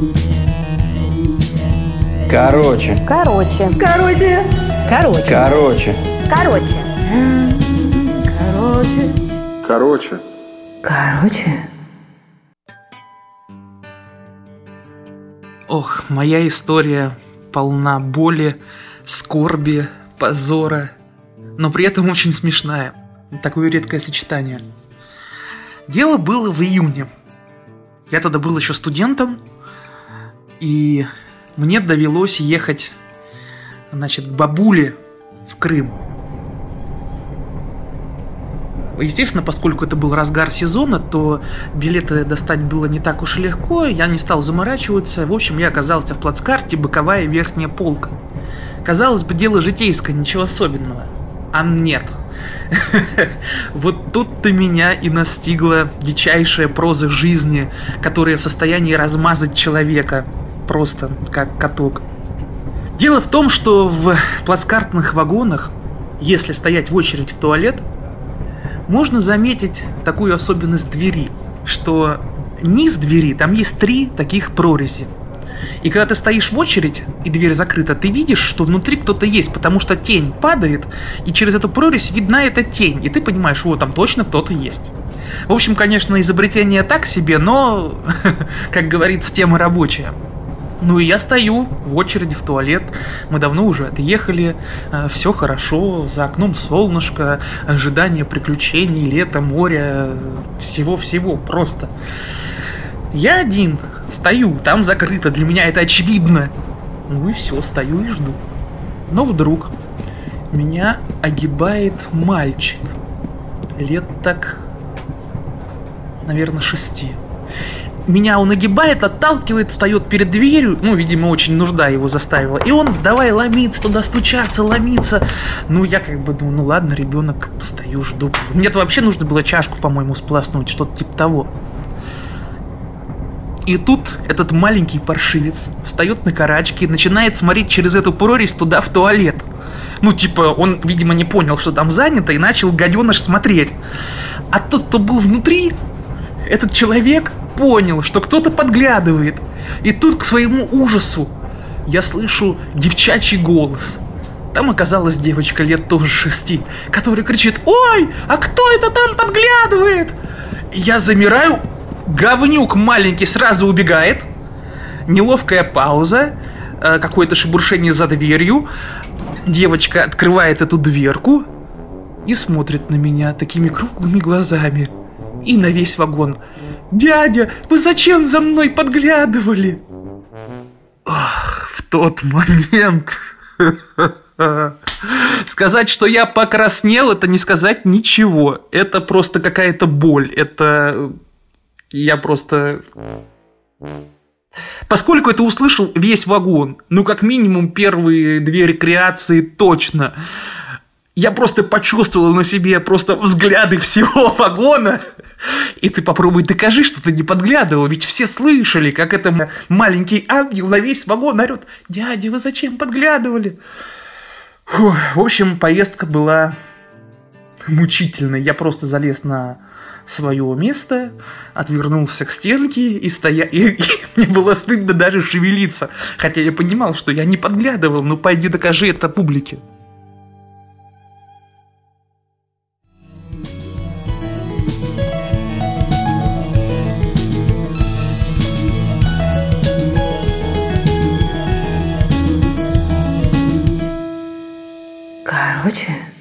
Короче. Короче. Короче. Короче. Короче. Короче. Короче. Короче. Ох, моя история полна боли, скорби, позора, но при этом очень смешная. Такое редкое сочетание. Дело было в июне. Я тогда был еще студентом, и мне довелось ехать, к бабуле в Крым. Естественно, поскольку это был разгар сезона, то билеты достать было не так уж и легко, я не стал заморачиваться. В общем, я оказался в плацкарте боковая верхняя полка. Казалось бы, дело житейское, ничего особенного. А нет. Вот тут-то меня и настигла дичайшая проза жизни, которая в состоянии размазать человека просто как каток. Дело в том, что в плацкартных вагонах, если стоять в очередь в туалет, можно заметить такую особенность двери, что низ двери, там есть 3 таких прорези. И когда ты стоишь в очередь, и дверь закрыта, ты видишь, что внутри кто-то есть, потому что тень падает, и через эту прорезь видна эта тень, и ты понимаешь, вот там точно кто-то есть. В общем, конечно, изобретение так себе, но, как говорится, тема рабочая. Ну и я стою в очереди в туалет, мы давно уже отъехали, все хорошо, за окном солнышко, ожидание приключений, лето, море, всего-всего просто. Я один стою, там закрыто, для меня это очевидно. Ну и все, стою и жду. Но вдруг меня огибает мальчик, лет так, наверное, 6. Меня он огибает, отталкивает, встает перед дверью. Ну, видимо, очень нужда его заставила. И он давай ломиться туда, стучаться, ломиться. Ну, я думаю, ну ладно, ребенок, стою, жду. Мне-то вообще нужно было чашку, по-моему, сполоснуть, что-то типа того. И тут этот маленький паршивец встает на карачки и начинает смотреть через эту прорезь туда, в туалет. Ну, он, видимо, не понял, что там занято, и начал гаденыш смотреть. А тот, кто был внутри, этот человек понял, что кто-то подглядывает. И тут, к своему ужасу, я слышу девчачий голос. Там оказалась девочка лет тоже 6, которая кричит: «Ой, а кто это там подглядывает?» Я замираю, говнюк маленький сразу убегает. Неловкая пауза, какое-то шебуршение за дверью. Девочка открывает эту дверку и смотрит на меня такими круглыми глазами. И на весь вагон: «Дядя, вы зачем за мной подглядывали?» Ох, в тот момент сказать, что я покраснел, это не сказать ничего. Это просто какая-то боль. Это я просто... Поскольку это услышал весь вагон, ну как минимум первые 2 рекреации точно, я просто почувствовал на себе просто взгляды всего вагона. И ты попробуй докажи, что ты не подглядывал. Ведь все слышали, как это маленький ангел на весь вагон орет: «Дядя, вы зачем подглядывали?» Фух, в общем, поездка была мучительной. Я просто залез на свое место, отвернулся к стенке и мне было стыдно даже шевелиться. Хотя я понимал, что я не подглядывал. Ну пойди докажи это публике. Короче.